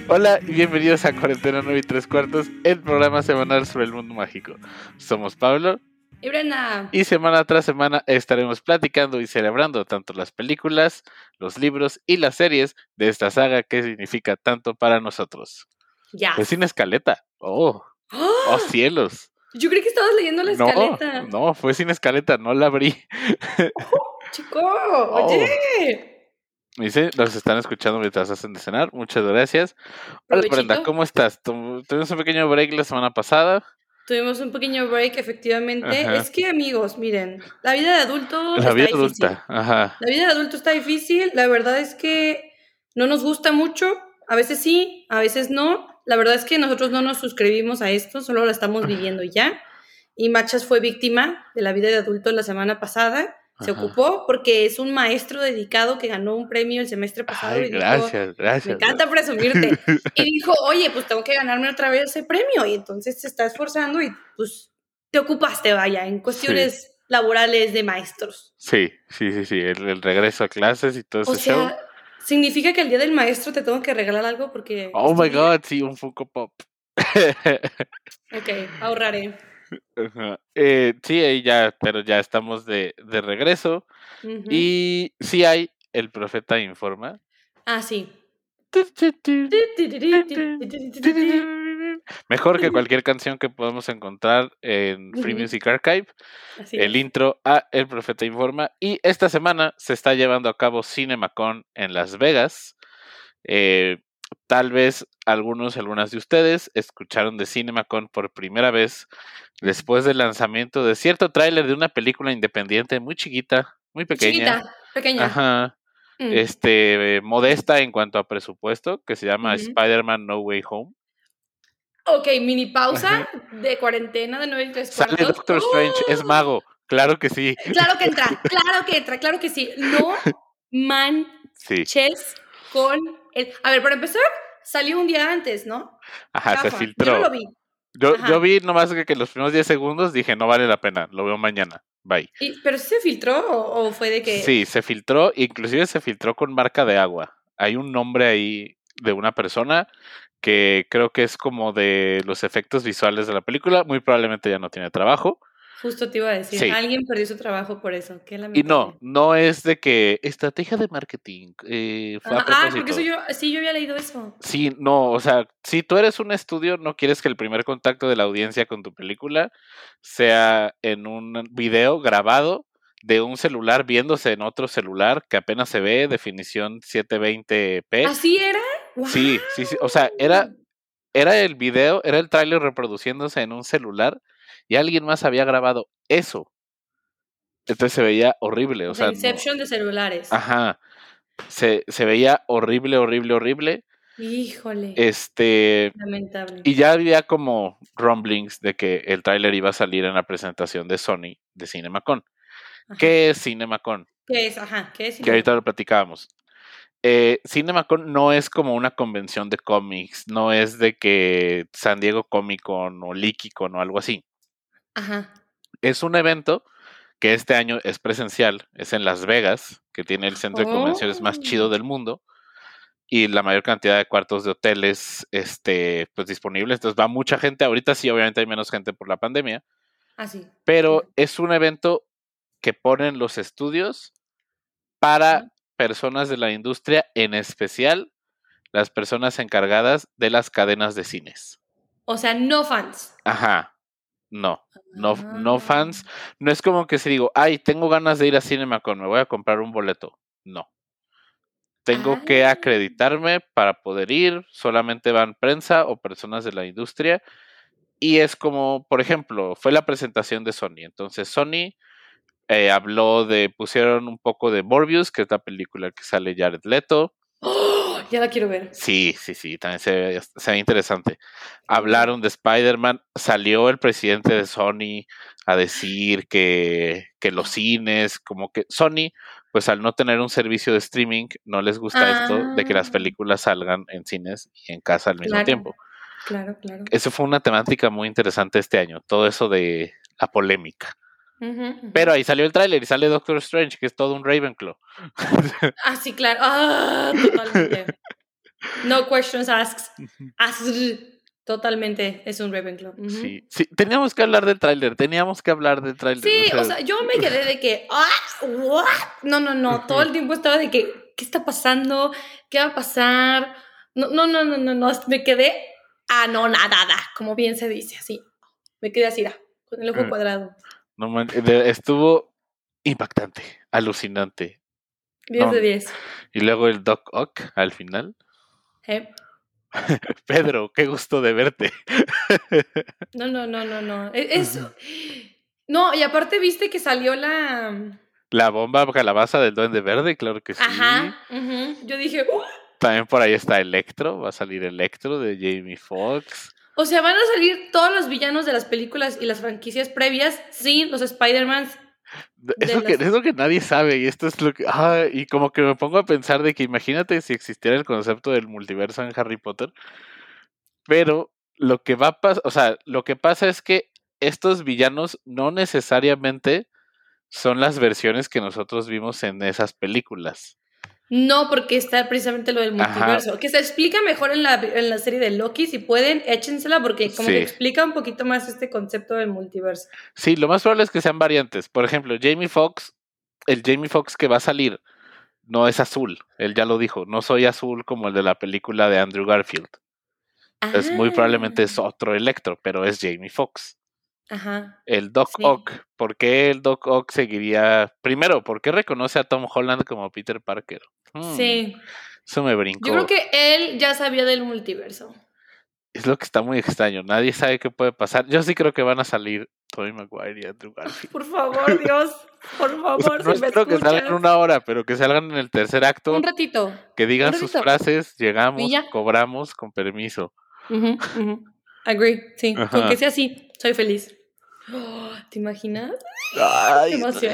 Hola y bienvenidos a Cuarentena 9 y 3/4, el programa semanal sobre el mundo mágico. Somos Pablo Y Brenda. y semana tras semana estaremos platicando y celebrando tanto las películas, los libros y las series de esta saga que significa tanto para nosotros. Fue Yes. sin escaleta. Oh ¡Oh! cielos. Yo creí que estabas leyendo la escaleta. No, fue sin escaleta, no la abrí. Chico, Oh. oye. Dice, nos están escuchando mientras hacen de cenar. Muchas gracias. Hola Brenda, Provechito. ¿cómo estás? Tuvimos un pequeño break la semana pasada. Tuvimos un pequeño break, efectivamente. Ajá. Es que, amigos, miren, la vida de adulto La está vida difícil. adulta, ajá. La vida de adulto está difícil. La verdad es que no nos gusta mucho. A veces sí, a veces no. La verdad es que nosotros no nos suscribimos a esto, solo lo estamos viviendo ya. Y Machas fue víctima de la vida de adulto la semana pasada. Se Ajá. ocupó porque es un maestro dedicado que ganó un premio el semestre pasado Ay, y dijo, gracias, me gracias. encanta presumirte. Y dijo, oye, pues tengo que ganarme otra vez ese premio. Y entonces se está esforzando y pues te ocupaste, vaya, en Sí, cuestiones laborales de maestros. sí. El regreso a clases y todo O ese show. sea, significa que el día del maestro te tengo que regalar algo porque Oh es tu my día. God, sí, un Funko Pop. Ok, ahorraré. Ajá. Sí, ahí ya, pero ya estamos de regreso. Ujú. Y sí hay El Profeta Informa. Ah, sí. Mejor que cualquier canción que podamos encontrar en Free Ujú. Music Archive. Así El es. intro a El Profeta Informa. Y esta semana se está llevando a cabo CinemaCon en Las Vegas. Eh, Tal vez algunas de ustedes escucharon de CinemaCon por primera vez después del lanzamiento de cierto tráiler de una película independiente muy chiquita, muy pequeña. Chiquita, pequeña. Ajá. Mm. Modesta en cuanto a presupuesto, que se llama Ujú. Spider-Man No Way Home. Ok, mini pausa Ajá. de cuarentena de 9 y tres Sale cuartos. Doctor Strange, es ¡Oh! mago, claro que sí. Claro que entra, claro que entra, claro que sí. No Sí. manches con el. A ver, para empezar, salió un día antes, ¿no? Ajá, se Chafa. Yo no filtró. lo vi. Yo Ajá. vi nomás que los primeros 10 segundos dije, no vale la pena, lo veo mañana, bye. ¿Pero sí se filtró o fue de que. Sí, se filtró, inclusive se filtró con marca de agua. Hay un nombre ahí de una persona que creo que es como de los efectos visuales de la película, muy probablemente ya no tiene trabajo. Justo te iba a decir, Sí, alguien perdió su trabajo por eso. Qué y no, lamentable. no es de que estrategia de marketing, fue a Ajá. Ah, porque eso propósito. yo. Sí, yo había leído eso. Sí, no, o sea, si tú eres un estudio, no quieres que el primer contacto de la audiencia con tu película sea en un video grabado de un celular viéndose en otro celular que apenas se ve, definición 720p. ¿Así era? Sí, o sea, ¡Guau! era el video, era el tráiler reproduciéndose en un celular y alguien más había grabado eso. Entonces se veía horrible, o O sea, sea, no, Inception de celulares. ajá, se veía horrible, horrible, horrible. Híjole, Este, lamentable. Y ya había como rumblings de que el tráiler iba a salir en la presentación de Sony de CinemaCon. Ajá. ¿Qué es CinemaCon? ¿Qué es? Ajá, ¿qué es Que ahorita CinemaCon? lo platicábamos. CinemaCon no es como una convención de cómics, no es de que San Diego Comic Con o LeakyCon o algo así. Ajá. Es un evento que este año es presencial, es en Las Vegas, que tiene el centro de convenciones más chido Oh, del mundo y la mayor cantidad de cuartos de hoteles pues disponibles. Entonces va mucha gente. Ahorita sí, obviamente hay menos gente por la pandemia, así, pero claro. es un evento que ponen los estudios Ajá. para personas de la industria, en especial las personas encargadas de las cadenas de cines. O sea, no fans. Ajá, no Ah, fans. No es como que si digo, ay, tengo ganas de ir a CinemaCon, me voy a comprar un boleto. No. Tengo que ah, acreditarme para poder ir, solamente van prensa o personas de la industria. Y es como, por ejemplo, fue la presentación de Sony. Entonces, Sony pusieron un poco de Morbius, que es la película que sale Jared Leto. ¡oh! Ya la quiero ver. Sí, también se ve interesante. Qué emoción. Hablaron de Spider-Man, salió el presidente de Sony a decir que los cines, como que Sony, pues al no tener un servicio de streaming, no les gusta esto de que las Ah, películas salgan en cines y en casa al mismo claro, tiempo. claro, claro. Eso fue una temática muy interesante este año, todo eso de la polémica. Ujú, ujú. Pero ahí salió el tráiler y sale Doctor Strange, que es todo un Ravenclaw. Ah, sí, claro. Ah, totalmente. No questions asked. Totalmente es un Ravenclaw. Sí, sí, teníamos que hablar del tráiler, Sí, o sea, yo me quedé de que, what? No, todo el tiempo estaba de que, ¿qué está pasando? ¿Qué va a pasar? No, me quedé anonadada, como bien se dice, así. Me quedé así, con el ojo cuadrado. No, estuvo impactante, alucinante. 10 de 10. Y luego el Doc Ock al final. ¿Eh? Pedro, qué gusto de verte. No. Eso. No, y aparte viste que salió la... La bomba calabaza del Duende Verde, claro que sí. Ajá. Yo dije... También por ahí está Electro, va a salir Electro de Jamie Foxx. O sea, van a salir todos los villanos de las películas y las franquicias previas, sí, los Spider-Mans. Es lo que nadie sabe, y esto es lo que... y como que me pongo a pensar de que imagínate si existiera el concepto del multiverso en Harry Potter, pero lo que va a pasar, o sea, lo que pasa es que estos villanos no necesariamente son las versiones que nosotros vimos en esas películas. No, porque está precisamente lo del multiverso. Ajá. Que se explica mejor en la serie de Loki. Si pueden, échensela porque como que explica un poquito más este concepto del multiverso. Sí, lo más probable es que sean variantes. Por ejemplo, Jamie Foxx, el Jamie Foxx que va a salir no es azul. Él ya lo dijo, no soy azul como el de la película de Andrew Garfield. Es muy probablemente es otro Electro, pero es Jamie Foxx. Ajá. El Doc Ock, ¿por qué el Doc Ock seguiría? Primero, ¿por qué reconoce a Tom Holland como Peter Parker? Sí. Eso me brincó. Yo creo que él ya sabía del multiverso. Es lo que está muy extraño. Nadie sabe qué puede pasar. Yo sí creo que van a salir Tobey Maguire y Andrew Garfield. Por favor, Dios. Por favor, o sea, no espero que salgan una hora, pero que salgan en el tercer acto. Un ratito. Que digan sus frases, llegamos, cobramos, con permiso. Agree, sí. Con que sea así, soy feliz. ¿Te imaginas? Ay, emoción.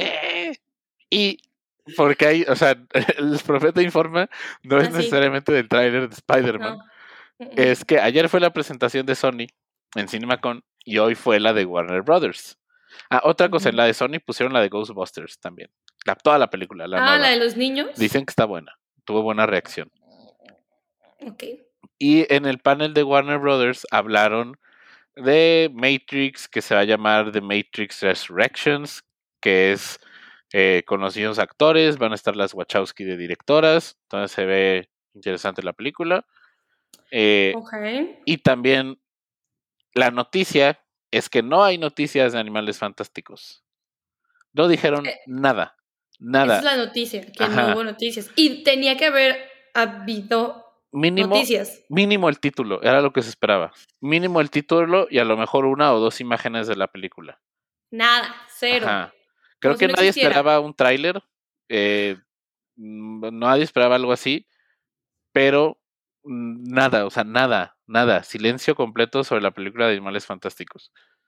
Y porque hay, o sea, el profeta informa, no es necesariamente del tráiler de Spider-Man. No. Es que ayer fue la presentación de Sony en CinemaCon y hoy fue la de Warner Brothers. Otra cosa, en la de Sony pusieron la de Ghostbusters también. Toda la película. La de los niños. Dicen que está buena. Tuvo buena reacción. Ok. Y en el panel de Warner Brothers hablaron de Matrix, que se va a llamar The Matrix Resurrections, que es con los mismos actores, van a estar las Wachowski de directoras, entonces se ve interesante la película. Y también la noticia es que no hay noticias de Animales Fantásticos. No dijeron nada. Esa es la noticia, que no hubo noticias. Y tenía que haber habido noticias. Mínimo el título, era lo que se esperaba. Mínimo el título y a lo mejor 1 o 2 imágenes de la película. Nada, cero. Creo que nadie esperaba un tráiler. Nadie esperaba algo así. Pero nada, o sea, nada. Silencio completo sobre la película de Animales Fantásticos.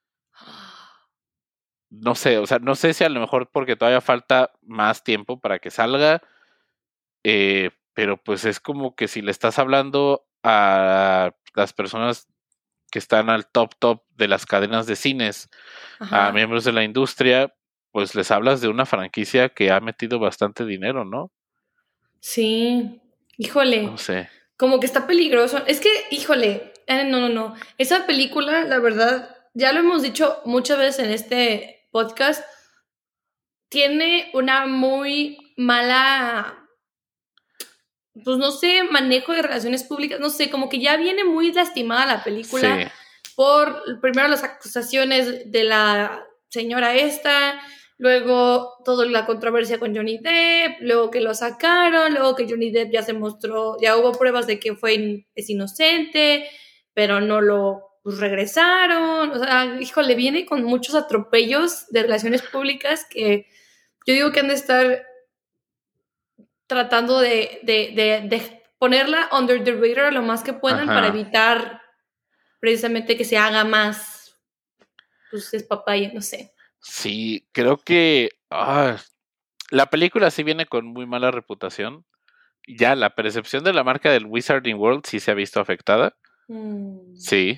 No sé, o sea, no sé si a lo mejor porque todavía falta más tiempo para que salga. Pero pues es como que si le estás hablando a las personas que están al top de las cadenas de cines, a miembros de la industria, pues les hablas de una franquicia que ha metido bastante dinero, ¿no? Sí, híjole. No sé. Como que está peligroso. Es que, híjole, no. Esa película, la verdad, ya lo hemos dicho muchas veces en este podcast, tiene una muy mala, pues no sé, manejo de relaciones públicas, no sé, como que ya viene muy lastimada la película por, primero, las acusaciones de la señora esta, luego toda la controversia con Johnny Depp, luego que lo sacaron, luego que Johnny Depp ya se mostró, ya hubo pruebas de que es inocente, pero no lo regresaron, o sea, híjole, viene con muchos atropellos de relaciones públicas que yo digo que han de estar tratando de ponerla under the radar lo más que puedan para evitar precisamente que se haga más, pues es papaya, no sé. Sí, creo que la película sí viene con muy mala reputación. Ya la percepción de la marca del Wizarding World sí se ha visto afectada. Sí.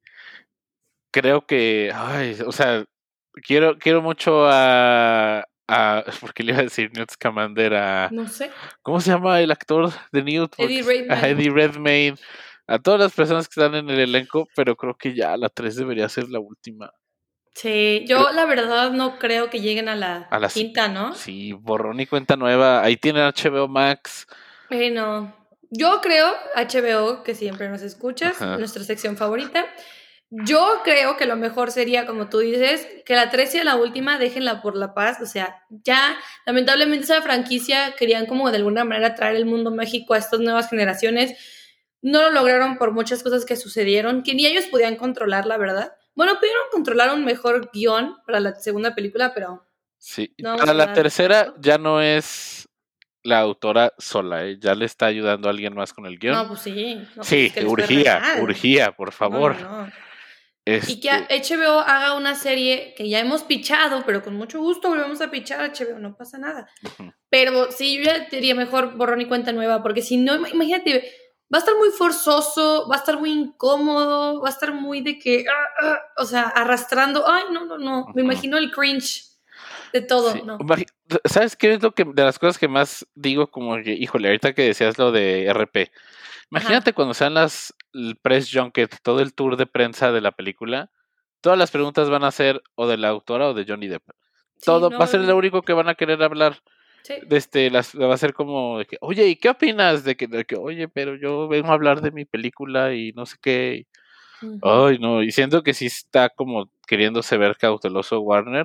Creo que, o sea, quiero mucho a porque le iba a decir Newt Scamander No sé. ¿cómo se llama el actor de Newt? Eddie A Redmayne. Eddie Redmayne, a todas las personas que están en el elenco, pero creo que ya la 3 debería ser la última. Sí, Creo- yo la verdad no creo que lleguen a la A la quinta, ¿no? sí, borrón y cuenta nueva. Ahí tienen HBO Max. No. Yo creo, HBO, que siempre nos escuchas, Ajá. nuestra sección favorita. Yo creo que lo mejor sería, como tú dices, que la 3 sea la última, déjenla por la paz. O sea, ya, lamentablemente, esa franquicia querían como de alguna manera traer el mundo mágico a estas nuevas generaciones. No lo lograron por muchas cosas que sucedieron, que ni ellos podían controlar, la verdad. Bueno, pudieron controlar un mejor guión para la segunda película, pero Sí. no vamos Para a la hablar de tercera eso. ya no es la autora sola, ¿eh? Ya le está ayudando a alguien más con el guión. No, pues sí, no, pues es Sí, que les fue re urgía, mal. urgía, por No, favor. no, no. Y que Este, HBO haga una serie que ya hemos pichado, pero con mucho gusto volvemos a pichar a HBO, no pasa nada. ujú. Pero sí, yo ya diría mejor borrón y cuenta nueva, porque si no, imagínate, va a estar muy forzoso, va a estar muy incómodo, va a estar muy de que, o sea, arrastrando. Ay, no, no, no. Me Ujú. imagino el cringe de todo, Sí. no. ¿Sabes qué es lo que de las cosas que más digo como que, híjole, ahorita que decías lo de RP? Imagínate Ajá. cuando sean el press junket, todo el tour de prensa de la película, todas las preguntas van a ser o de la autora o de Johnny Depp. Sí, Todo va a no. ser lo único que van a querer hablar. Sí. Va a ser como de que, oye, ¿y qué opinas oye, pero yo vengo a hablar de mi película y no sé qué? Ujú. Ay, no, y siento que sí está como queriéndose ver cauteloso Warner.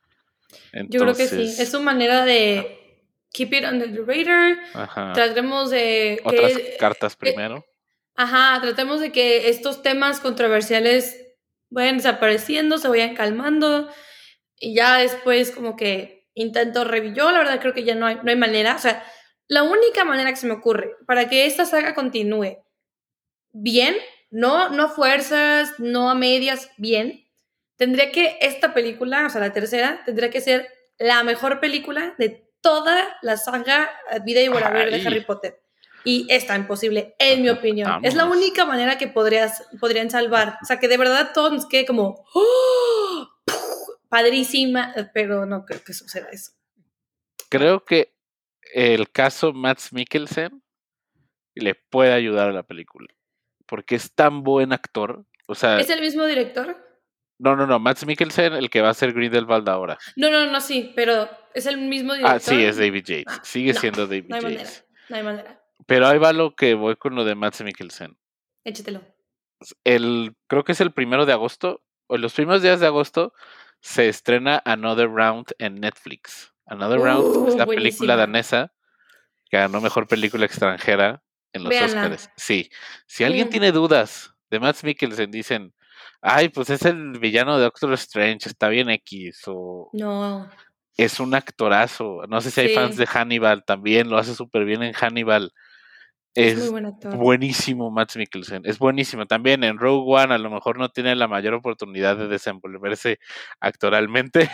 Yo creo que sí. Es Entonces, su manera de keep it under the radar. ajá, Tratemos de otras que cartas primero. ajá, tratemos de que estos temas controversiales vayan desapareciendo, se vayan calmando y ya después como que intento revisar. Yo la verdad creo que ya no hay manera, o sea, la única manera que se me ocurre para que esta saga continúe bien, no a fuerzas, no a medias, bien, tendría que esta película, o sea, la tercera, tendría que ser la mejor película de toda la saga vida y por haber de Ay, Harry Potter. Y está imposible, en mi ajá, opinión. Es la vamos. única manera que podrían salvar. O sea, que de verdad todos nos quede como, ¡oh! Padrísima, pero no creo que suceda eso. No. Creo que el caso Mads Mikkelsen le puede ayudar a la película, porque es tan buen actor. O sea, ¿Es el mismo director? no, Mads Mikkelsen, el que va a ser Grindelwald ahora. No, sí, pero ¿es el mismo Ah, sí, director? es David Yates. Ah, Sigue no, siendo no David hay manera, Yates. no hay manera. Pero ahí va lo que voy con lo de Mads Mikkelsen. Échatelo. Creo que es el 1 de agosto, o los primeros días de agosto, se estrena Another Round en Netflix. Another Round es la película Buenísima. danesa que ganó mejor película extranjera en los Véanla. Oscars. Sí, si alguien Mm, tiene dudas de Mads Mikkelsen, dicen, ay, pues es el villano de Doctor Strange, está bien X, o no, es un actorazo. No sé si hay fans de sí, Hannibal, también lo hace súper bien en Hannibal. es muy Es buen actor. buenísimo Mads Mikkelsen, es buenísimo. También en Rogue One a lo mejor no tiene la mayor oportunidad de desenvolverse actoralmente,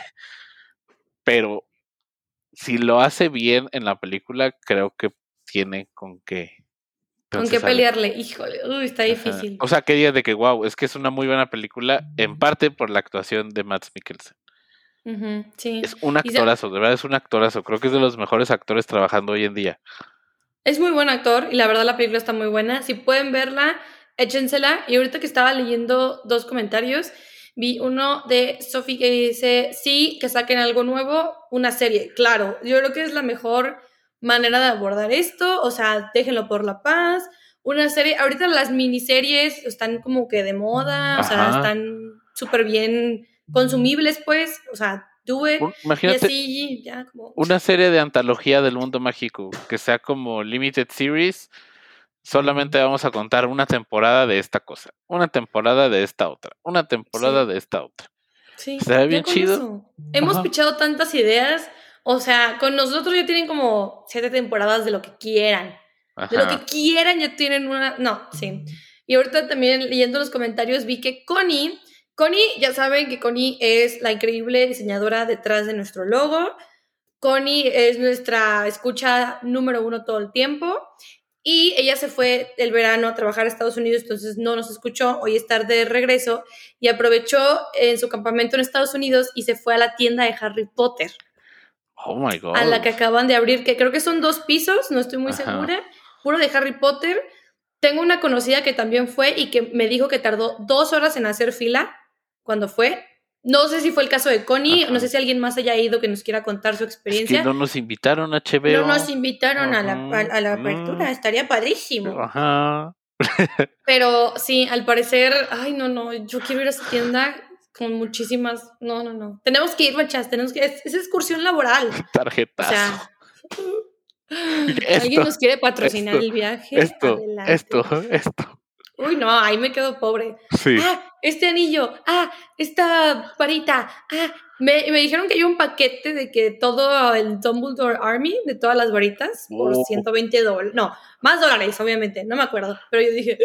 pero si lo hace bien en la película, creo que tiene con qué. ¿Con qué Entonces, a ver. pelearle? Híjole, está Ajá. difícil. O sea, que digas de que wow, es que es una muy buena película, en parte por la actuación de Mads Mikkelsen. Ujú, sí. Es un Y actorazo, de verdad es un actorazo. Creo que es de los mejores actores trabajando hoy en día. es muy buen actor y la verdad la película está muy buena. Si pueden verla, échensela. Y ahorita que estaba leyendo dos comentarios, vi uno de Sophie que dice, sí, que saquen algo nuevo, una serie. Claro, yo creo que es la mejor manera de abordar esto. O sea, déjenlo por la paz. Una serie, ahorita las miniseries están como que de moda, o sea, Ajá. están súper bien consumibles, pues. O sea, do it. Y Imagínate así, ya como... una serie de antología del mundo mágico, que sea como limited series. Solamente vamos a contar una temporada de esta cosa, una temporada de esta otra, una temporada Sí. de esta otra. Sí, Estaría ya bien con chido. eso. Hemos Ajá. pichado tantas ideas. O sea, con nosotros ya tienen como 7 temporadas de lo que quieran. De lo que Ajá. quieran ya tienen una... No, sí. Y ahorita también leyendo los comentarios vi que Connie, ya saben que Connie es la increíble diseñadora detrás de nuestro logo. Connie es nuestra escucha número 1 todo el tiempo. Y ella se fue el verano a trabajar a Estados Unidos, entonces no nos escuchó. Hoy es tarde de regreso y aprovechó en su campamento en Estados Unidos y se fue a la tienda de Harry Potter. Oh my a la God. que acaban de abrir, que creo que son 2 pisos, no estoy muy Ajá. segura, puro de Harry Potter. Tengo una conocida que también fue y que me dijo que tardó 2 horas en hacer fila cuando fue. No sé si fue el caso de Connie, no sé Ajá. si alguien más haya ido que nos quiera contar su Es que experiencia. no nos invitaron a No HBO. nos invitaron a la Ajá. apertura, estaría padrísimo. Ajá. Pero sí, al parecer, ay, no, yo quiero ir a esa tienda con muchísimas, no. Tenemos que ir, machas, es excursión laboral. O Tarjetazo. sea, alguien Esto, nos quiere patrocinar esto, el viaje, esto, esto, adelante. esto. Uy, no, ahí me quedo pobre. Sí. Este anillo, esta varita, me dijeron que hay un paquete de que todo el Dumbledore Army, de todas las varitas, por $120. No, más dólares, obviamente, no me acuerdo. Pero yo dije,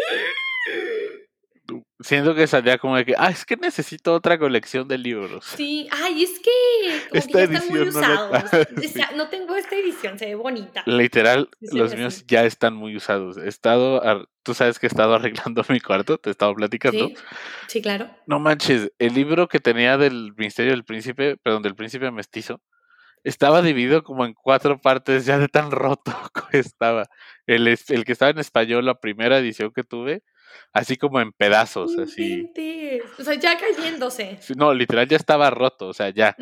Siento que salía como de que, es que necesito otra colección de libros. sí, es que como que Esta ya están muy edición no la... usados. Sí. No tengo esta edición, se ve bonita. Literal, Sí, se los ve míos así. ya están muy usados. Tú sabes que he estado arreglando mi cuarto, te he estado platicando. Sí, claro. No manches, el libro que tenía del Misterio del Príncipe, perdón, del Príncipe Mestizo, estaba dividido como en 4 partes, ya de tan roto que estaba. El que estaba en español, la primera edición que tuve, así como en pedazos, así. Inventes. O sea, ya cayéndose. Sí, no, literal ya estaba roto, o sea, ya.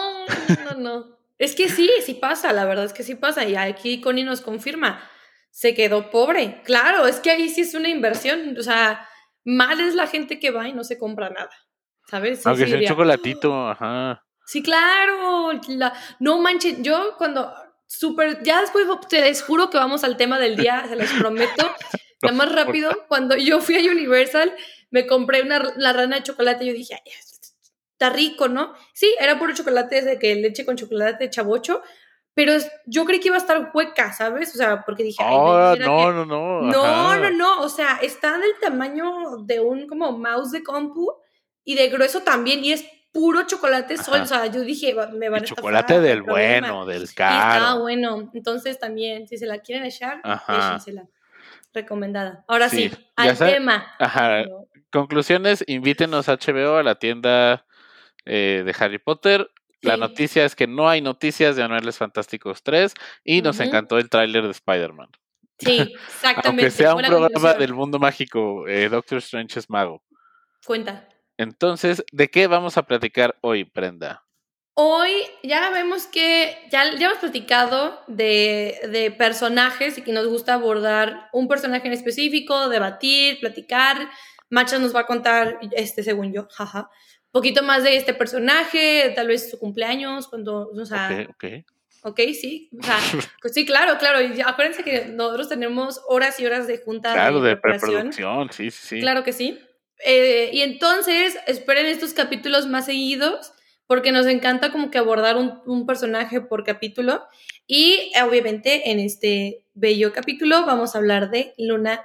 No. Es que sí pasa, la verdad es que sí pasa. Y aquí Connie nos confirma, se quedó pobre. Claro, es que ahí sí es una inversión. O sea, mal es la gente que va y no se compra nada. ¿Sabes? Sí, Aunque sí sea un diría. chocolatito, ajá. Sí, claro. No manches, yo cuando ya después te les juro que vamos al tema del día, se los prometo. No, Nada más rápido, cuando yo fui a Universal, me compré la rana de chocolate y yo dije, ay, está rico, ¿no? Sí, era puro chocolate de que leche con chocolate chavocho, pero yo creí que iba a estar hueca, ¿sabes? O sea, porque dije, ay, ¿será que? no, No, ajá. o sea, está del tamaño de un como mouse de compu y de grueso también, y es puro chocolate sol, o Ajá. sea, yo dije, me Y van a chocolate estafar, no hay del problema. bueno, del Y estaba caro. bueno, entonces también, si se la quieren echar, Ajá. échensela, recomendada. Ahora Sí, sí, ya al sabes. tema. Ajá. No, Conclusiones, invítenos a HBO a la tienda de Harry Potter. La sí, noticia es que no hay noticias de Animales Fantásticos 3 y nos ujú, encantó el tráiler de Spider-Man. sí, Aunque exactamente, sea un buena programa conclusión. del mundo mágico, Doctor Strange es mago. Cuenta. Entonces, ¿de qué vamos a platicar hoy, Brenda? Hoy ya vemos que ya hemos platicado de personajes y que nos gusta abordar un personaje en específico, debatir, platicar. Macha nos va a contar, según yo, jaja, poquito más de este personaje, tal vez su cumpleaños, cuando, o Ok, sea, ok. ok, sí, o sea, pues sí, claro, y acuérdense que nosotros tenemos horas y horas de junta Claro, de de preparación, preproducción, sí, sí, sí. claro que sí. Y entonces, esperen estos capítulos más seguidos, porque nos encanta como que abordar un personaje por capítulo. Y obviamente en este bello capítulo vamos a hablar de Luna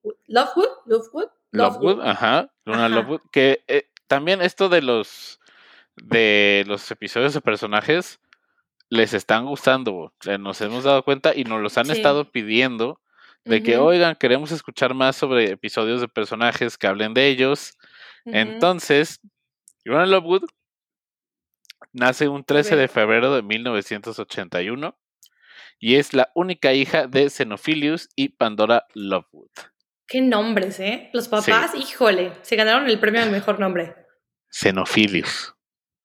Lovewood, Lovegood. ajá, Luna Ajá, Lovewood, que también esto de los episodios de personajes les están gustando, nos hemos dado cuenta y nos los han estado sí. pidiendo de que, Ujú, oigan, queremos escuchar más sobre episodios de personajes que hablen de ellos. ujú. Entonces, Luna Lovewood nace un A 13 de ver, febrero de 1981 y es la única hija de Xenophilius y Pandora Lovewood. qué nombres, ¿eh? Los Sí, papás, híjole, se ganaron el premio al mejor nombre. Xenophilius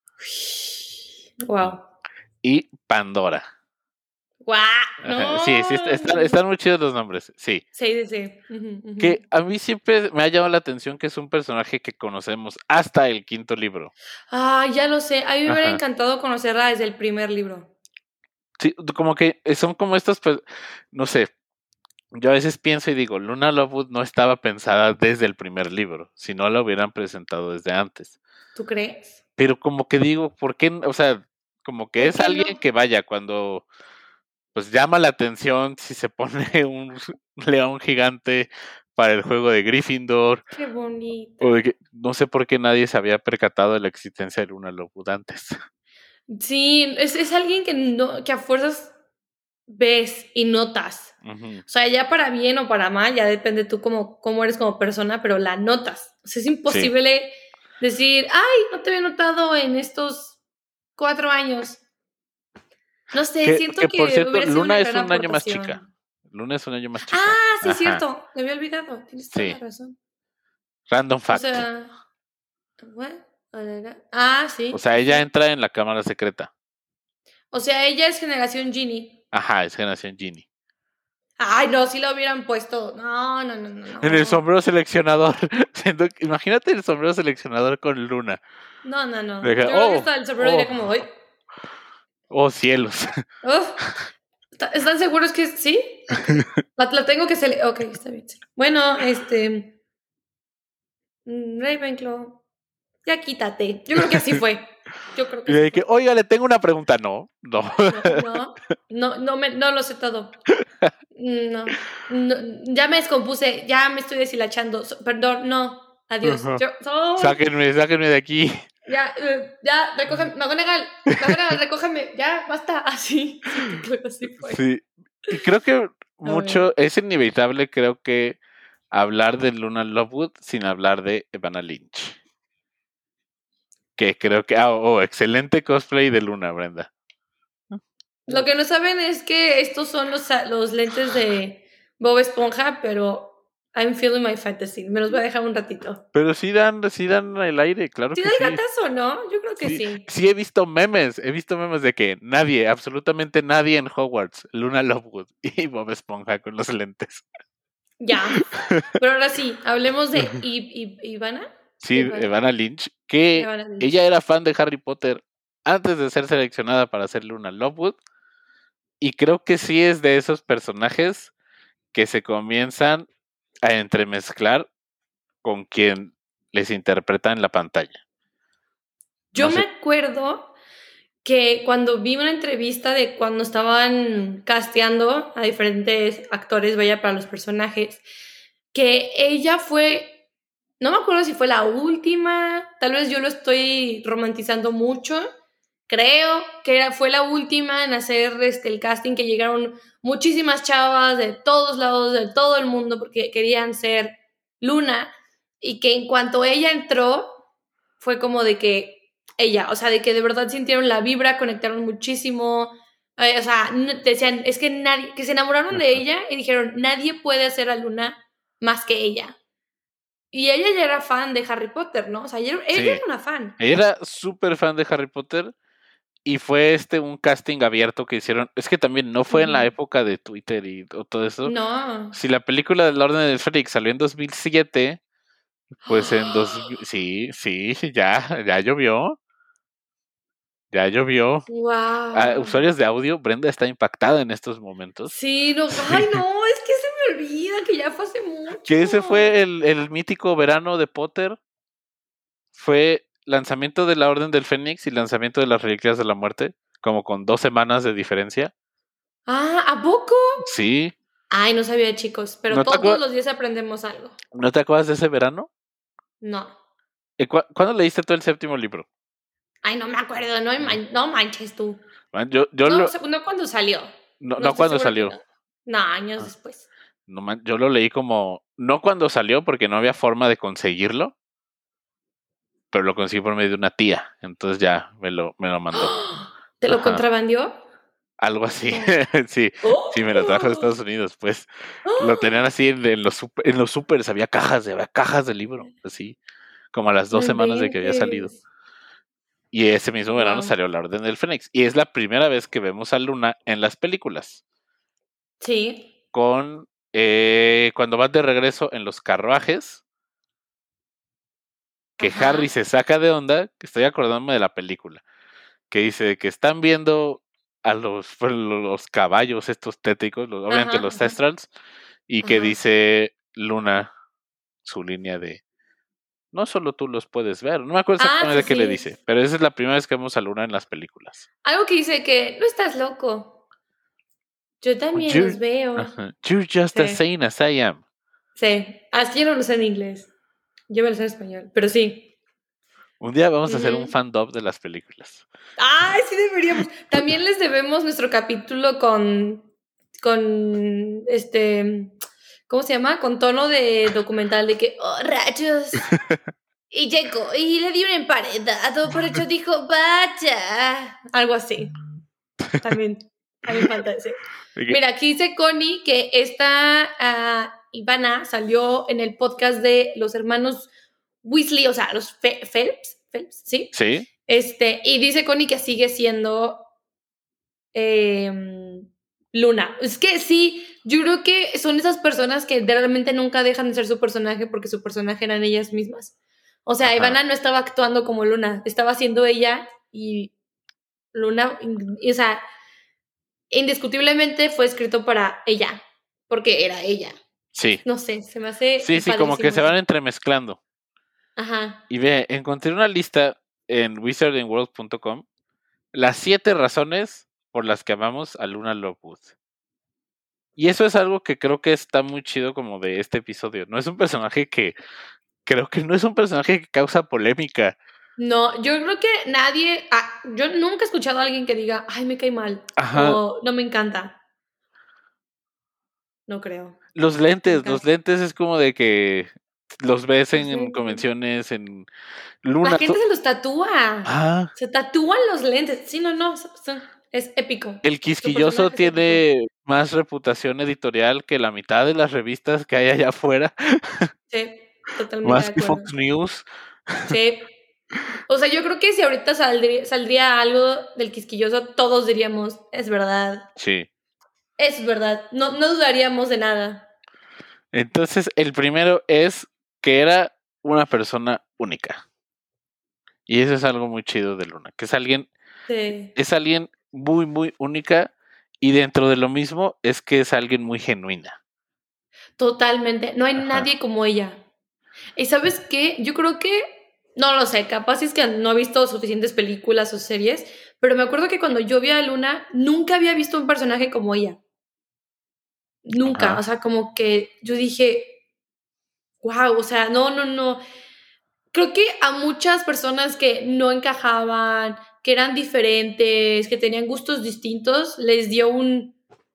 Wow. y Pandora. ¡Guau! Ajá, sí, sí, No. están muy chidos los nombres, sí. Sí. Ujú, Que ujú. a mí siempre me ha llamado la atención que es un personaje que conocemos hasta el quinto libro. Ya lo sé. A mí me hubiera Ajá. encantado conocerla desde el primer libro. Sí, como que son como estos, pues, no sé, yo a veces pienso y digo, Luna Lovewood no estaba pensada desde el primer libro, si no la hubieran presentado desde antes. ¿Tú crees? Pero como que digo, ¿por qué? O sea, como que ¿Por es qué alguien no? que vaya cuando pues llama la atención si se pone un león gigante para el juego de Gryffindor, Qué o de bonita. que no sé por qué nadie se había percatado de la existencia de Luna Lovegood antes. Sí, es alguien que no, que a fuerzas ves y notas. Ujú, O sea, ya para bien o para mal, ya depende tú cómo eres como persona, pero la notas. O sea, es sí, imposible decir, ay, no te había notado en estos 4 años. No sé, siento que por que cierto, hubiera sido Luna una es gran un año más chica. aportación. Luna es un año más chica. Ah, sí, Ajá. cierto. Me había olvidado. Tienes toda Sí. la razón. Random O fact. sea, ¿what? Ah, O sí, sea, sí, ella sí. entra en la cámara secreta. O sea, ella es generación Genie. Ajá, es generación Genie. Ay, no, si la hubieran puesto. No, no, no, no, En el no. sombrero seleccionador. Imagínate el sombrero seleccionador con Luna. No, no, no. Deja, Yo creo que hasta el sombrero diría como, ¡ay! oh cielos. ¡Uf! ¿Están seguros que sí? Ok. La tengo que seleccionar. Ok, está bien. Sí. Bueno, Ravenclaw, ya quítate. Yo creo que así fue. Yo creo que Y así de que, fue. oiga, le tengo una pregunta. No, no. No, no, no lo sé todo. No, no, ya me descompuse, ya me estoy deshilachando. Perdón, no, adiós. Ajá. Soy, Sáquenme de aquí. ya, recógeme, McGonagall, recógeme, ya, basta, así, sí, creo que así fue. Sí. Y creo que A ver. es inevitable, creo que hablar de Luna Lovegood sin hablar de Evanna Lynch. Que creo que, excelente cosplay de Luna, Brenda. Lo que no saben es que estos son los lentes de Bob Esponja, pero I'm feeling my fantasy. Me los voy a dejar un ratito. Pero sí dan el aire, claro ¿Sí que da el sí. gatazo, no? Yo creo que Sí, sí. sí he visto memes de que nadie, absolutamente nadie en Hogwarts, Luna Lovegood y Bob Esponja con los lentes. Ya. Pero ahora sí, hablemos de Ivana. Sí, Evanna Lynch, que Ivana ella Lynch. era fan de Harry Potter antes de ser seleccionada para ser Luna Lovegood, y creo que sí es de esos personajes que se comienzan a entremezclar con quien les interpreta en la pantalla. Yo No me sé. acuerdo que cuando vi una entrevista de cuando estaban casteando a diferentes actores, vaya, para los personajes, que ella fue, no me acuerdo si fue la última, tal vez yo lo estoy romantizando mucho, creo que fue la última en hacer el casting, que llegaron muchísimas chavas de todos lados, de todo el mundo, porque querían ser Luna, y que en cuanto ella entró, fue como de que ella, o sea, de que de verdad sintieron la vibra, conectaron muchísimo, o sea, decían, es que nadie, que se enamoraron de ella y dijeron, nadie puede hacer a Luna más que ella. Y ella ya era fan de Harry Potter, ¿no? O sea, ella Sí, era una fan. ella era súper fan de Harry Potter y fue un casting abierto que hicieron. Es que también no fue en la época de Twitter y todo eso. No. Si la película de la Orden del Fénix salió en 2007, pues sí, ya llovió. Ya llovió. Wow. Usuarios de audio, Brenda está impactada en estos momentos. Sí, no, ay, Sí. no, es que se me olvida que ya fue hace mucho. Que ese fue el mítico verano de Potter. Fue lanzamiento de la Orden del Fénix y lanzamiento de las Reliquias de la Muerte, como con 2 semanas de diferencia. Ah, ¿a poco? Sí. Ay, no sabía, chicos, pero ¿No te, todos los días aprendemos algo. ¿No te acuerdas de ese verano? No. ¿Cuándo leíste tú el 7º libro? Ay, no me acuerdo, No. no manches tú. Yo No, lo, no cuando salió. no, No no estoy cuando segura que salió. no. No, años Ah, después. no yo lo leí como, no cuando salió porque no había forma de conseguirlo, pero lo conseguí por medio de una tía, entonces ya me lo mandó. ¿Te lo Ajá, contrabandió? algo así. No. Sí, sí, me lo trajo de Estados Unidos, pues. Lo tenían así en los supers, había cajas de libro, así, como a las No 2 semanas de que había salido. inventes. Y ese mismo verano Wow. salió La Orden del Fénix. Y es la primera vez que vemos a Luna en las películas. Sí. Cuando van de regreso en los carruajes, que Harry Ajá. se saca de onda, que estoy acordándome de la película, que dice que están viendo a los caballos estos tétricos, obviamente Ajá. los Ajá. Thestrals, y que Ajá. dice Luna su línea de no solo tú los puedes ver. No me acuerdo Ah, sí, exactamente qué le sí. dice, pero esa es la primera vez que vemos a Luna en las películas. Algo que dice que no estás loco. Yo también You're, los veo. you're just as Sí. sane as I am. Sí. Así yo no lo sé en inglés. Yo me lo sé en español. Pero sí. Un día vamos a hacer un Ujú. fan-dub de las películas. Ay, sí deberíamos. También les debemos nuestro capítulo con ¿cómo se llama? Con tono de documental de que, oh, rayos. Y llegó y le dio un emparedado, por eso dijo, vaya. Algo así. También falta ese. Mira, aquí dice Connie que esta Ivana salió en el podcast de los hermanos Weasley, o sea, los Phelps, ¿sí? Sí. Y dice Connie que sigue siendo Luna. Es que sí, yo creo que son esas personas que realmente nunca dejan de ser su personaje porque su personaje eran ellas mismas. O sea, Ivana no estaba actuando como Luna, estaba siendo ella y Luna, o sea, indiscutiblemente fue escrito para ella, porque era ella. Sí. No sé, se me hace Sí, como que se van entremezclando. Ajá. Y ve, encontré una lista en wizardingworld.com, las 7 razones por las que amamos a Luna Lovegood. Y eso es algo que creo que está muy chido como de este episodio. No es un personaje que, creo que no es un personaje que causa polémica. No, yo creo que nadie, yo nunca he escuchado a alguien que diga, ay, me cae mal, o no me encanta. No creo. Los lentes es como de que los ves en convenciones, en Luna. La gente se los tatúa. Se tatúan los lentes. Sí, no, es épico. El Quisquilloso tiene más reputación editorial que la mitad de las revistas que hay allá afuera. Sí, totalmente más de que acuerdo. Fox News. Sí. O sea, yo creo que si ahorita saldría algo del Quisquilloso, todos diríamos, es verdad. Sí. Es verdad. No dudaríamos de nada. Entonces, el primero es que era una persona única. Y eso es algo muy chido de Luna, que es alguien, es alguien muy, muy única, y dentro de lo mismo es que es alguien muy genuina. Totalmente. No hay nadie como ella. ¿Y sabes qué? Yo creo que, no lo sé, capaz es que no he visto suficientes películas o series, pero me acuerdo que cuando yo vi a Luna, nunca había visto un personaje como ella. Nunca. O sea, como que yo dije, wow, o sea, no. Creo que a muchas personas que no encajaban, que eran diferentes, que tenían gustos distintos, les dio un,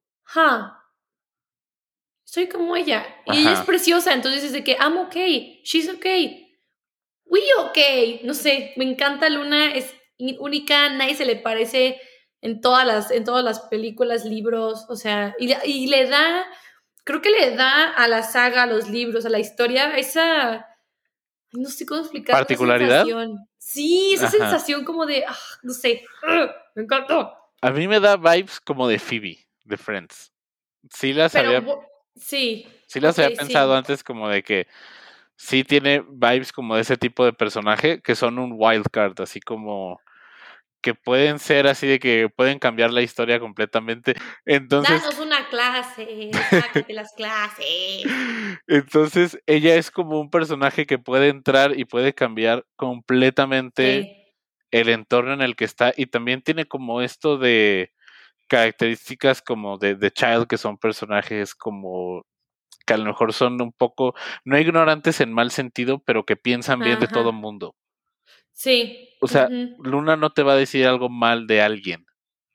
soy como ella. Y ella es preciosa, entonces es de que I'm okay, she's okay, we okay. No sé, me encanta Luna, es única, nadie se le parece en todas las películas, libros, o sea, y le da, creo que le da a la saga, a los libros, a la historia, esa, no sé cómo explicar, ¿particularidad? esa sensación. Sí, esa sensación como de, no sé, me encantó. A mí me da vibes como de Phoebe, de Friends. Sí las había pensado antes, como de que sí tiene vibes como de ese tipo de personaje, que son un wild card, así como que pueden ser así de que pueden cambiar la historia completamente. Entonces, danos una clase, sácate las clases. Entonces, ella es como un personaje que puede entrar y puede cambiar completamente el entorno en el que está, y también tiene como esto de características como de Child, que son personajes como que a lo mejor son un poco, no ignorantes en mal sentido, pero que piensan bien de todo mundo. Sí. O sea, Luna no te va a decir algo mal de alguien.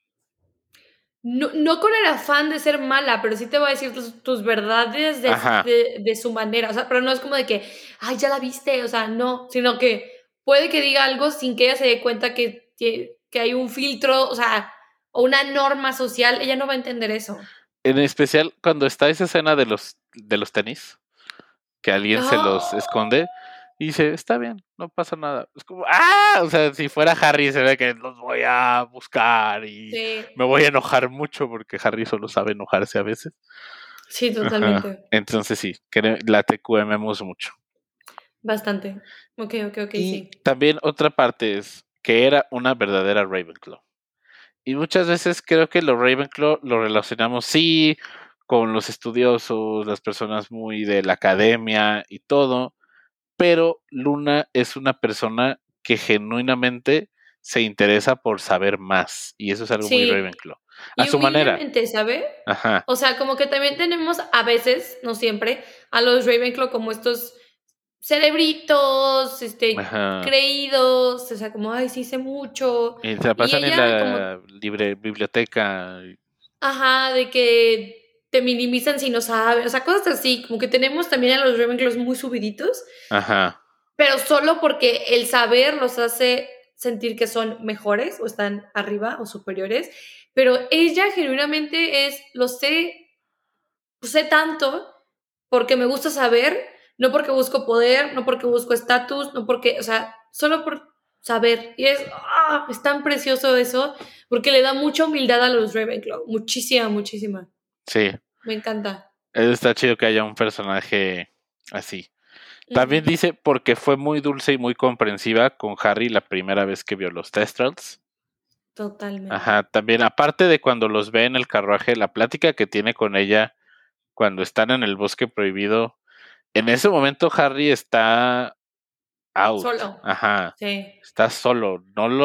No con el afán de ser mala, pero sí te va a decir tus verdades de su manera. O sea, pero no es como de que, ay, ya la viste. O sea, no, sino que puede que diga algo sin que ella se dé cuenta que hay un filtro, o sea, o una norma social. Ella no va a entender eso. En especial cuando está esa escena de los tenis, que alguien se los esconde y dice, está bien, no pasa nada. Es como, o sea, si fuera Harry se ve que los voy a buscar y me voy a enojar mucho, porque Harry solo sabe enojarse a veces. Sí, totalmente. Entonces sí, la TQMemos mucho. Bastante. Ok, y sí. También otra parte es que era una verdadera Ravenclaw. Y muchas veces creo que los Ravenclaw lo relacionamos, sí, con los estudiosos, las personas muy de la academia y todo, pero Luna es una persona que genuinamente se interesa por saber más, y eso es algo muy Ravenclaw. A su manera. ¿Sabe? O sea, como que también tenemos a veces, no siempre, a los Ravenclaw como estos cerebritos, creídos, o sea, como, ay, sí sé mucho. Y se la pasan en la biblioteca. De que te minimizan si no saben, o sea, cosas así, como que tenemos también a los Ravenclaws muy subiditos. Pero solo porque el saber los hace sentir que son mejores o están arriba o superiores, pero ella genuinamente sé tanto porque me gusta saber, no porque busco poder, no porque busco estatus, no porque, o sea, solo por saber. Y es tan precioso eso, porque le da mucha humildad a los Ravenclaw, muchísima, muchísima. Sí. Me encanta. Está chido que haya un personaje así. También dice porque fue muy dulce y muy comprensiva con Harry la primera vez que vio los Thestrals. Totalmente. Ajá, también aparte de cuando los ve en el carruaje, la plática que tiene con ella cuando están en el bosque prohibido. En ese momento Harry está out. Solo. Ajá. Sí. Está solo.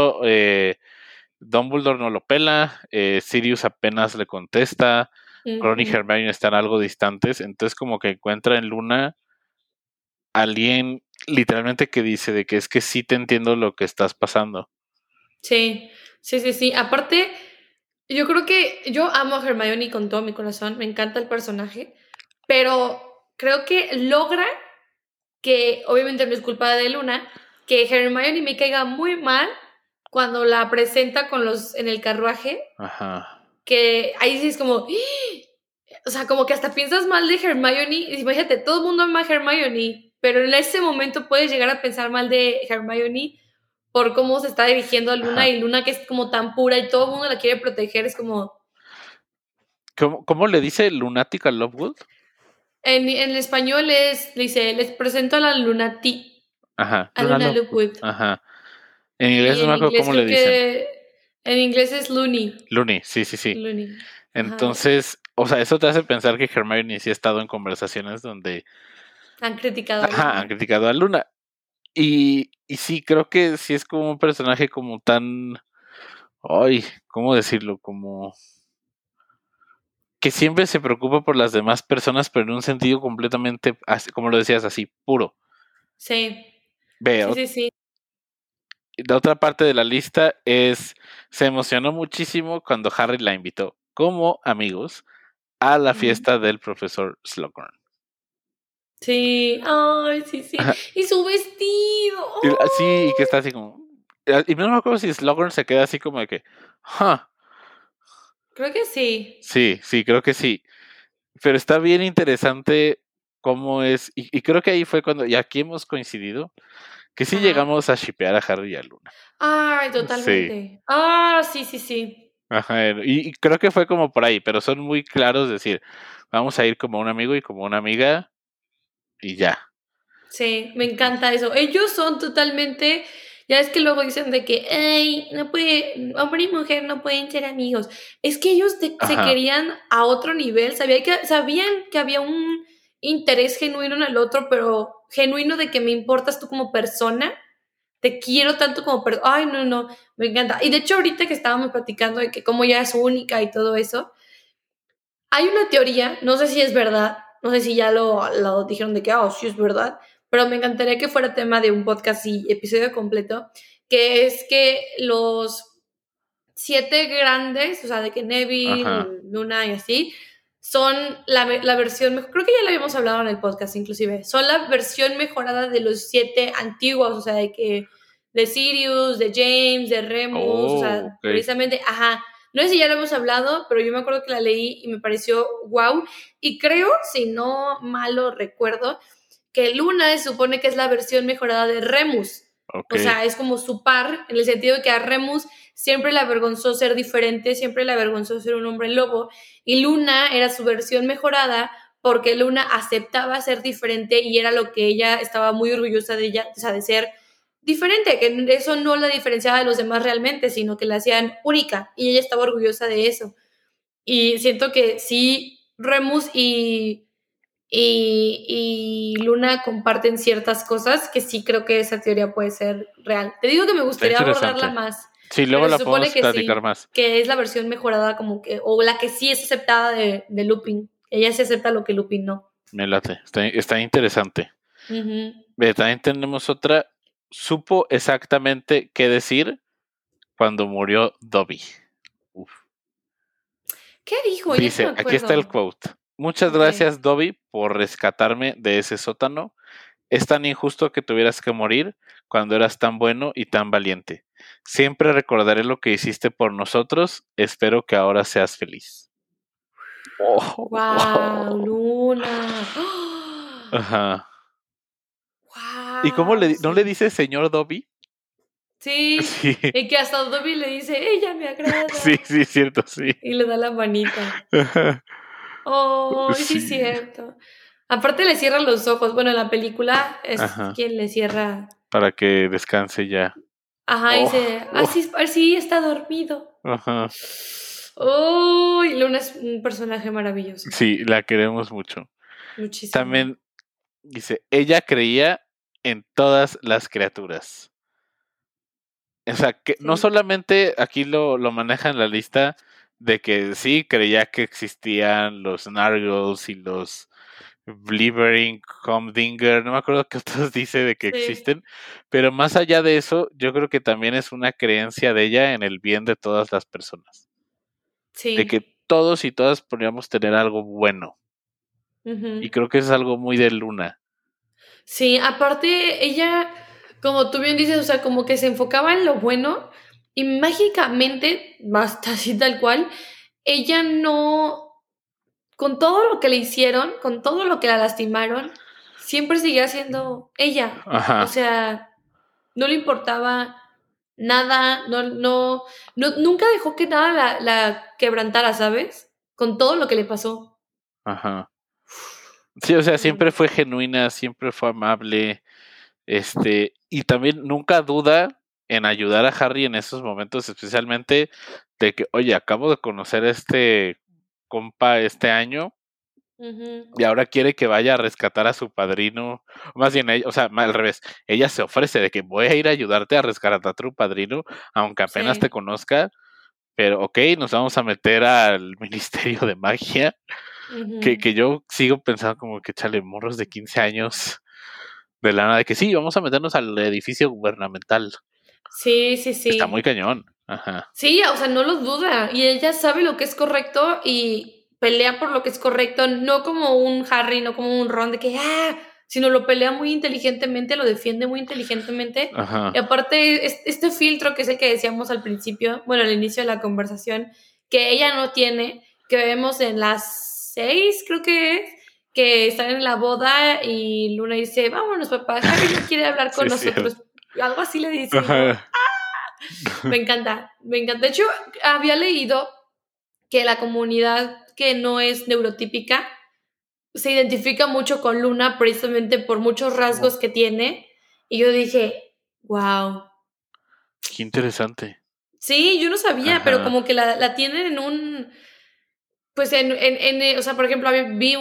Dumbledore no lo pela. Sirius apenas le contesta. Ron y Hermione están algo distantes. Entonces como que encuentra en Luna alguien literalmente que dice de que es que sí te entiendo lo que estás pasando. Sí. Aparte, yo creo que yo amo a Hermione con todo mi corazón. Me encanta el personaje. Pero creo que logra que, obviamente no es culpa de Luna, que Hermione me caiga muy mal cuando la presenta en el carruaje. Ajá. Que ahí sí es como, o sea, como que hasta piensas mal de Hermione. Imagínate, todo el mundo ama a Hermione, pero en ese momento puedes llegar a pensar mal de Hermione por cómo se está dirigiendo a Luna. Ajá. Y Luna, que es como tan pura y todo el mundo la quiere proteger, es como... ¿Cómo le dice Lunática Lovegood? En español dice, les presento a la Lunati. Ajá. A Luna Lovegood. Ajá. En inglés Y no me en acuerdo inglés cómo le dicen. en inglés es Looney. Looney, sí. Looney. Entonces, o sea, eso te hace pensar que Hermione sí ha estado en conversaciones donde han criticado a Luna. han criticado a Luna. Y sí, creo que sí es como un personaje como tan... Ay, ¿cómo decirlo? Como... que siempre se preocupa por las demás personas, pero en un sentido completamente, como lo decías, así, puro. Sí. Veo. Sí. La otra parte de la lista es, se emocionó muchísimo cuando Harry la invitó, como amigos, a la fiesta del profesor Slughorn. Sí, ay, sí. Ajá. Y su vestido. Sí, y que está así como... Y no me acuerdo si Slughorn se queda así como de que... Creo que sí. Sí, creo que sí. Pero está bien interesante cómo es... Y creo que ahí fue cuando... Y aquí hemos coincidido que sí llegamos a shippear a Harry y a Luna. Ay, Sí. totalmente. Sí. Ajá, y creo que fue como por ahí, pero son muy claros decir, vamos a ir como un amigo y como una amiga y ya. Sí, me encanta eso. Ellos son totalmente, ya es que luego dicen de que, ay, no puede, hombre y mujer no pueden ser amigos. Es que ellos se querían a otro nivel, sabían que había un interés genuino en el otro, pero genuino de que me importas tú como persona, te quiero tanto como persona. Ay, no, me encanta. Y de hecho ahorita que estábamos platicando de que como ya es única y todo eso, hay una teoría, no sé si es verdad, no sé si ya lo dijeron de que, sí es verdad, pero me encantaría que fuera tema de un podcast y episodio completo, que es que los 7 grandes, o sea, de que Neville, Luna y así, son la versión, creo que ya lo habíamos hablado en el podcast inclusive, son la versión mejorada de los 7 antiguos, o sea, de Sirius, de James, de Remus, o sea, precisamente, no sé si ya lo hemos hablado, pero yo me acuerdo que la leí y me pareció wow. Y creo, si no mal lo recuerdo, que Luna se supone que es la versión mejorada de Remus. O sea, es como su par, en el sentido de que a Remus siempre le avergonzó ser diferente, siempre le avergonzó ser un hombre lobo. Y Luna era su versión mejorada porque Luna aceptaba ser diferente y era lo que ella estaba muy orgullosa de ella, o sea, de ser diferente, que eso no la diferenciaba de los demás realmente, sino que la hacían única y ella estaba orgullosa de eso. Y siento que sí, Remus y Luna comparten ciertas cosas que sí creo que esa teoría puede ser real. Te digo que me gustaría abordarla más. Sí, luego pero la se supone podemos que platicar sí, más. que es la versión mejorada como que, o la que sí es aceptada de Lupin. Ella sí acepta lo que Lupin no. Me late, está interesante. También tenemos otra. Supo exactamente qué decir cuando murió Dobby. Uf. ¿Qué dijo? Dice, Ya no me aquí está el acuerdo. quote. Muchas gracias, Dobby, por rescatarme de ese sótano. Es tan injusto que tuvieras que morir cuando eras tan bueno y tan valiente. siempre recordaré lo que hiciste por nosotros, espero que ahora seas feliz. Oh, ¡Wow, Luna! ajá. ¿Y cómo ¡Wow! no le Sí. dice señor Dobby? Sí, Sí, y que hasta Dobby le dice, ella me sí, agrada. sí, cierto, sí. Y le da la manita. Ajá. Oh, sí, es Sí, cierto. Aparte le cierra los ojos. Bueno, en la película es ajá, quien le cierra. para que descanse ya. Ajá, Oh, dice, oh, así está dormido. ajá. Oh, y Luna es un personaje maravilloso. Sí, la queremos mucho. Muchísimo. También dice, ella creía en todas las criaturas. O sea, que no Sí, solamente aquí lo maneja en la lista de que sí creía que existían los Nargles y los Blibbering, Humdinger, no me acuerdo qué otros dice de que sí, existen, pero más allá de eso, yo creo que también es una creencia de ella en el bien de todas las personas, de que sí. todos y todas podríamos tener algo bueno, y Ujú. creo que es algo muy de Luna. Sí, aparte ella, como tú bien dices, o sea, como que se enfocaba en lo bueno y mágicamente, basta así tal cual, ella no, con todo lo que le hicieron, con todo lo que la lastimaron, siempre seguía siendo ella. O Ajá, sea, no le importaba nada, nunca dejó que nada la quebrantara, ¿sabes? Con todo lo que le pasó. ajá. Sí, o sea, Mm, siempre fue genuina, siempre fue amable, y también nunca duda en ayudar a Harry en esos momentos, especialmente de que, oye, acabo de conocer a este compa este año ujú. y ahora quiere que vaya a rescatar a su padrino, más bien, o sea, al revés, ella se ofrece de que voy a ir a ayudarte a rescatar a tu padrino, aunque apenas te Sí. conozca, pero ok, nos vamos a meter al Ministerio de Magia, Ujú. que yo sigo pensando como que chale, morros de 15 años de la nada, de que sí, vamos a meternos al edificio gubernamental. Sí, sí, Está muy sí. cañón. Ajá. Sí, o sea, no lo duda. Y ella sabe lo que es correcto y pelea por lo que es correcto, no como un Harry, no como un Ron de que, sino lo pelea muy inteligentemente, lo defiende muy inteligentemente. Y Ajá. aparte, este filtro que es el que decíamos al principio, bueno, al inicio de la conversación, que ella no tiene, que vemos en las 6, creo que están en la boda y Luna dice, vámonos, papá, Harry no quiere hablar Sí, con es cierto. nosotros. Algo así le dice y yo, Ajá. me encanta, me encanta. De hecho, había leído que la comunidad que no es neurotípica se identifica mucho con Luna precisamente por muchos Oh, rasgos que tiene. Y yo dije, wow. qué interesante. Sí, yo no sabía, pero Ajá. como que la tienen en un, pues o sea, por ejemplo, vi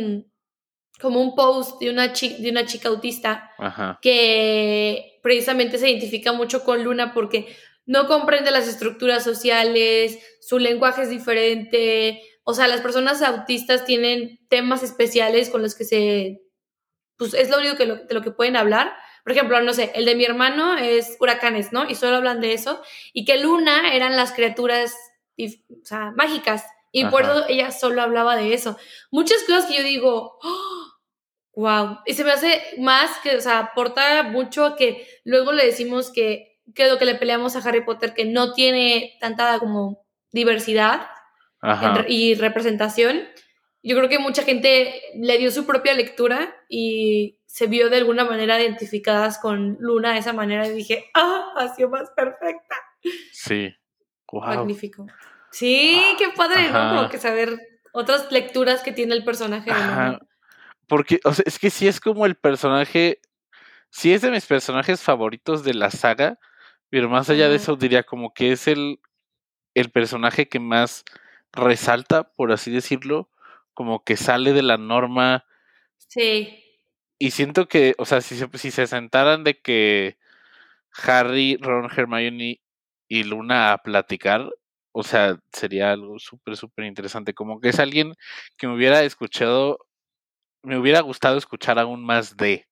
como un post de una chica autista Ajá. que precisamente se identifica mucho con Luna porque no comprende las estructuras sociales, su lenguaje es diferente, o sea, las personas autistas tienen temas especiales con los que pues es lo único de lo que pueden hablar. Por ejemplo, no sé, el de mi hermano es huracanes, ¿no? Y solo hablan de eso. Y que Luna eran las criaturas, o sea, mágicas. Y por Ajá. eso ella solo hablaba de eso. Muchas cosas que yo digo, wow. Y se me hace más que, o sea, aporta mucho que luego le decimos que lo que le peleamos a Harry Potter, que no tiene tanta como diversidad Ajá. y representación. Yo creo que mucha gente le dio su propia lectura y se vio de alguna manera identificadas con Luna de esa manera y dije, ha sido más perfecta. Sí. Wow. Magnífico. Sí, qué padre, ¿no? Como Ajá. que saber otras lecturas que tiene el personaje de Ajá. Luna. Porque, o sea, es que sí es como el personaje, sí es de mis personajes favoritos de la saga, pero más allá de Ajá. eso diría como que es el personaje que más resalta, por así decirlo, como que sale de la norma. Sí. Y siento que, o sea, si se sentaran de que Harry, Ron, Hermione y Luna a platicar, o sea, sería algo súper, súper interesante. Como que es alguien que me hubiera escuchado, me hubiera gustado escuchar aún más de.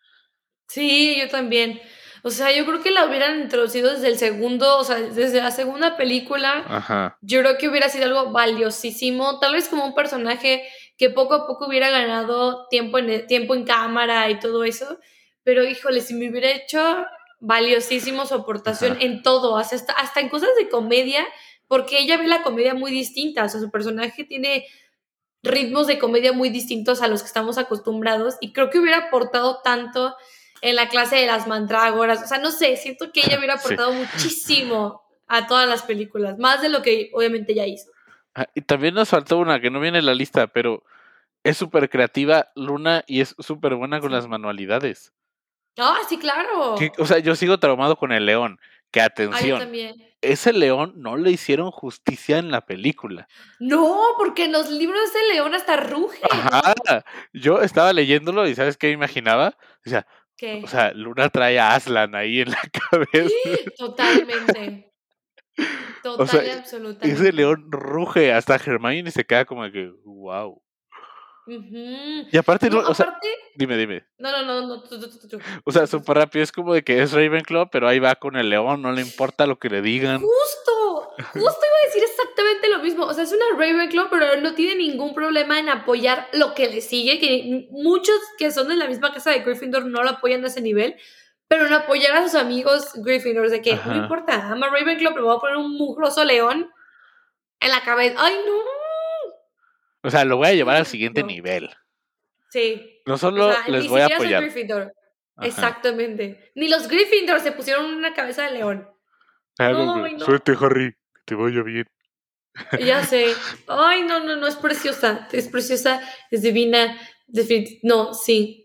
Sí, yo también. O sea, yo creo que la hubieran introducido desde el segundo, o sea, desde la segunda película. Ajá, Yo creo que hubiera sido algo valiosísimo, tal vez como un personaje que poco a poco hubiera ganado tiempo en cámara y todo eso, pero híjole, si me hubiera hecho valiosísimo su aportación Ajá. en todo, hasta en cosas de comedia, porque ella ve la comedia muy distinta, o sea, su personaje tiene ritmos de comedia muy distintos a los que estamos acostumbrados y creo que hubiera aportado tanto en la clase de las mantrágoras, o sea, no sé, siento que ella hubiera Sí. aportado muchísimo a todas las películas, más de lo que obviamente ya hizo. Y también nos faltó una que no viene en la lista, pero es súper creativa Luna y es súper buena con las Sí. manualidades. Ah, sí, claro. O sea, yo sigo traumado con el león. Que Ah, yo atención, también. ese león no le hicieron justicia en la película. No, porque en los libros de León hasta ruge, Ajá, ¿no? yo estaba leyéndolo y ¿sabes qué me imaginaba? O ¿Qué? sea, Luna trae a Aslan ahí en la cabeza. Totalmente. O sea, Total y ese absolutamente. león ruge, hasta Hermione se queda como que, wow. Ujú. Y aparte, No, o sea, aparte, dime. no, tú. O sea, súper rápido, es como de que es Ravenclaw, pero ahí va con el león, no le importa lo que le digan. Justo iba a decir exactamente lo mismo. O sea, es una Ravenclaw, pero no tiene ningún problema en apoyar lo que le sigue, que muchos que son de la misma casa de Gryffindor no lo apoyan a ese nivel, pero en apoyar a sus amigos Gryffindors, de que no me Ajá. importa, ama Ravenclaw, pero me voy a poner un mugroso león en la cabeza. ¡Ay, no! O sea, lo voy a llevar al siguiente No, nivel. sí. No O solo sea, les ni voy a siquiera soy apoyar. Gryffindor. Ajá. Exactamente. Ni los Gryffindor se pusieron una cabeza de león. Algo No, que, ay, no. suerte, Harry, que te vaya bien. Ya sé. Ay, no, es preciosa. Es preciosa, es divina. No, sí.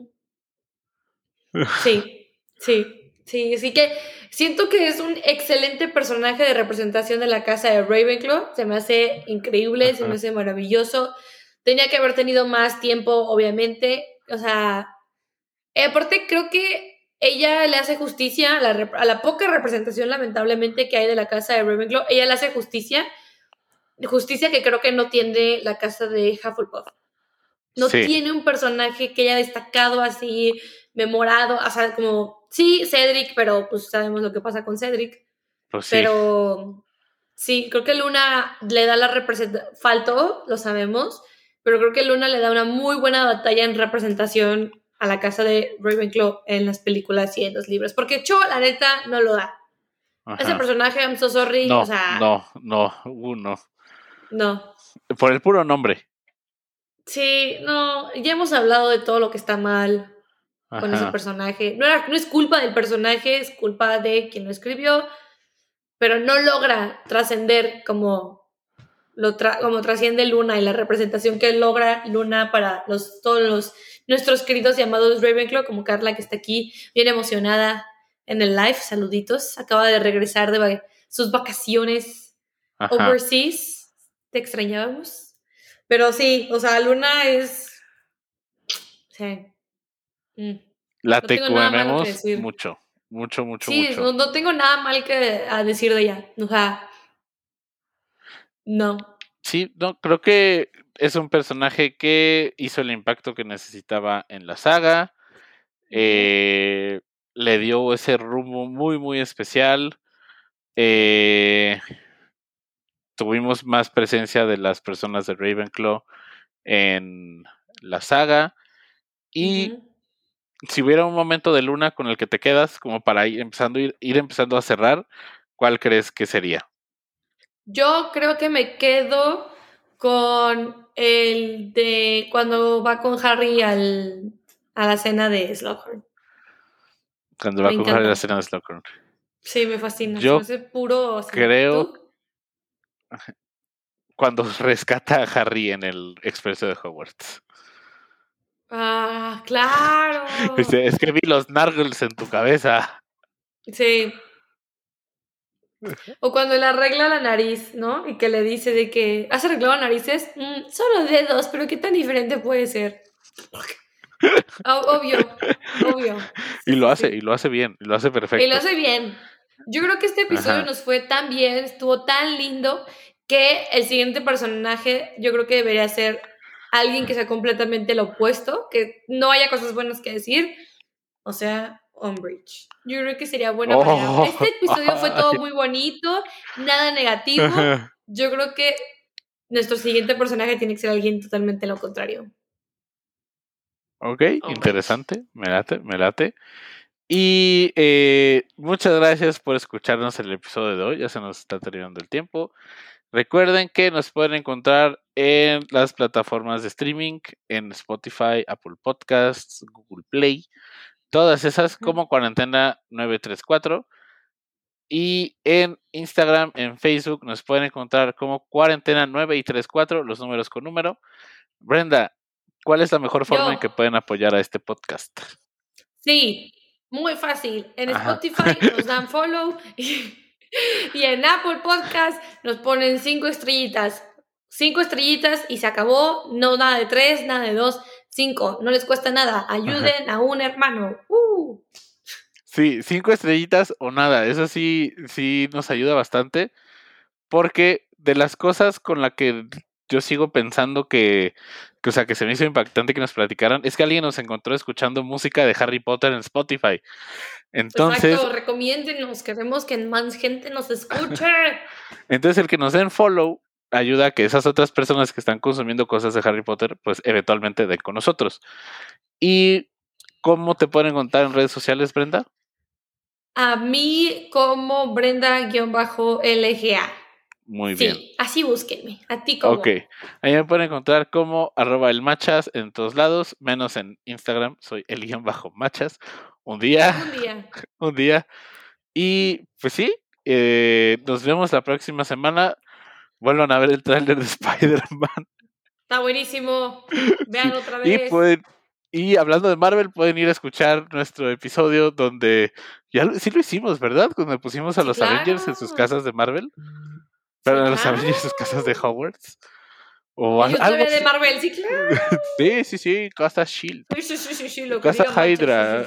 Sí. Así que siento que es un excelente personaje de representación de la casa de Ravenclaw. Se me hace increíble, se me Ajá. hace maravilloso. Tenía que haber tenido más tiempo, obviamente. O sea, aparte creo que ella le hace justicia a la poca representación, lamentablemente, que hay de la casa de Ravenclaw. Ella le hace justicia que creo que no tiene la casa de Hufflepuff. No Sí, tiene un personaje que haya destacado así, memorado, o sea, como, sí, Cedric, pero pues sabemos lo que pasa con Cedric, pues sí. pero sí, creo que Luna le da la representación, faltó, lo sabemos, pero creo que Luna le da una muy buena batalla en representación a la casa de Ravenclaw en las películas y en los libros, porque Cho, la neta, no lo da. Ese Ajá. personaje, I'm so sorry, o No, sea, no, no, no. no. Por el puro nombre. Sí, no, ya hemos hablado de todo lo que está mal con ese Ajá. personaje. No es culpa del personaje, es culpa de quien lo escribió, pero no logra trascender como trasciende Luna y la representación que logra Luna para todos nuestros queridos llamados Ravenclaw, como Carla que está aquí bien emocionada en el live. Saluditos, acaba de regresar de sus vacaciones Ajá. overseas. Te extrañábamos. Pero sí, o sea, Luna es... Sí. Mm. La No tengo nada malo que TQMemos decir. mucho. Mucho, mucho, Sí, mucho. no tengo nada mal que a decir de ella. O sea, no. Sí, no, creo que es un personaje que hizo el impacto que necesitaba en la saga. Ujú. Eh, Le dio ese rumbo muy, muy especial. Eh, Tuvimos más presencia de las personas de Ravenclaw en la saga. Y Ujú. si hubiera un momento de Luna con el que te quedas, como para ir empezando a cerrar, ¿cuál crees que sería? Yo creo que me quedo con el de cuando va con Harry a la cena de Slughorn. Cuando va Me a coger la encanta. escena de Slughorn. Sí, me fascina. Se me Yo hace puro así. creo ¿Tú? cuando rescata a Harry en el expreso de Hogwarts. Ah, claro. Es que vi los Nargles en tu cabeza. Sí. O cuando le arregla la nariz, ¿no? Y que le dice de que, ¿has arreglado narices? Solo dedos, pero ¿qué tan diferente puede ser? Obvio. Y lo hace, y Sí. lo hace bien, y lo hace Y lo perfecto. hace bien. Yo creo que este episodio Ajá. nos fue tan bien, estuvo tan lindo, que el siguiente personaje yo creo que debería ser alguien que sea completamente lo opuesto, que no haya cosas buenas que decir, o sea, Umbridge. Yo creo que sería buena pareja. Este Oh, episodio fue todo ay, muy bonito, nada negativo. ajá. Yo creo que nuestro siguiente personaje tiene que ser alguien totalmente lo contrario. Ok, Umbridge. interesante, me late, me late. Y muchas gracias por escucharnos en el episodio de hoy. Ya se nos está terminando el tiempo. Recuerden que nos pueden encontrar en las plataformas de streaming, en Spotify, Apple Podcasts, Google Play, todas esas como Cuarentena 934. Y en Instagram, en Facebook, nos pueden encontrar como Cuarentena 934, los números con número. Brenda, ¿cuál es la mejor forma en que pueden apoyar a este podcast? Sí, muy fácil. En Ajá. Spotify nos dan follow y en Apple Podcast nos ponen 5 estrellitas. 5 estrellitas y se acabó. No nada de 3, nada de 2, 5. No les cuesta nada. Ayuden a un hermano. Sí, 5 estrellitas o nada. Eso sí nos ayuda bastante. Porque de las cosas con las que yo sigo pensando que se me hizo impactante que nos platicaran, es que alguien nos encontró escuchando música de Harry Potter en Spotify. Entonces, exacto, recomiéndenos, queremos que más gente nos escuche. Entonces el que nos den follow ayuda a que esas otras personas que están consumiendo cosas de Harry Potter, pues eventualmente den con nosotros. ¿Y cómo te pueden encontrar en redes sociales, Brenda? A mí como Brenda-LGA. Muy bien. Sí, así búsquenme. ¿A ti cómo? Ok. Ahí me pueden encontrar como @elmachas en todos lados, menos en Instagram. Soy el_machas. Un día. Un día. Y pues sí, nos vemos la próxima semana. Vuelvan a ver el tráiler de Spider-Man. Está buenísimo. Vean Sí. otra vez. Y hablando de Marvel, pueden ir a escuchar nuestro episodio donde sí lo hicimos, ¿verdad? Cuando pusimos a los Avengers en sus casas de Marvel. Pero a los Avengers en sus casas de Hogwarts. O y yo algo de así. Marvel, sí, claro. Sí, Casa Shield. Sí, lo que Casa diga Hydra.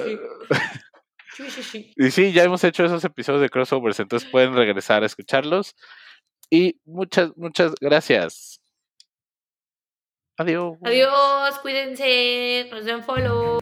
Sí. Y sí, ya hemos hecho esos episodios de crossovers, entonces pueden regresar a escucharlos. Y muchas gracias. Adiós. Adiós, cuídense, nos den follow.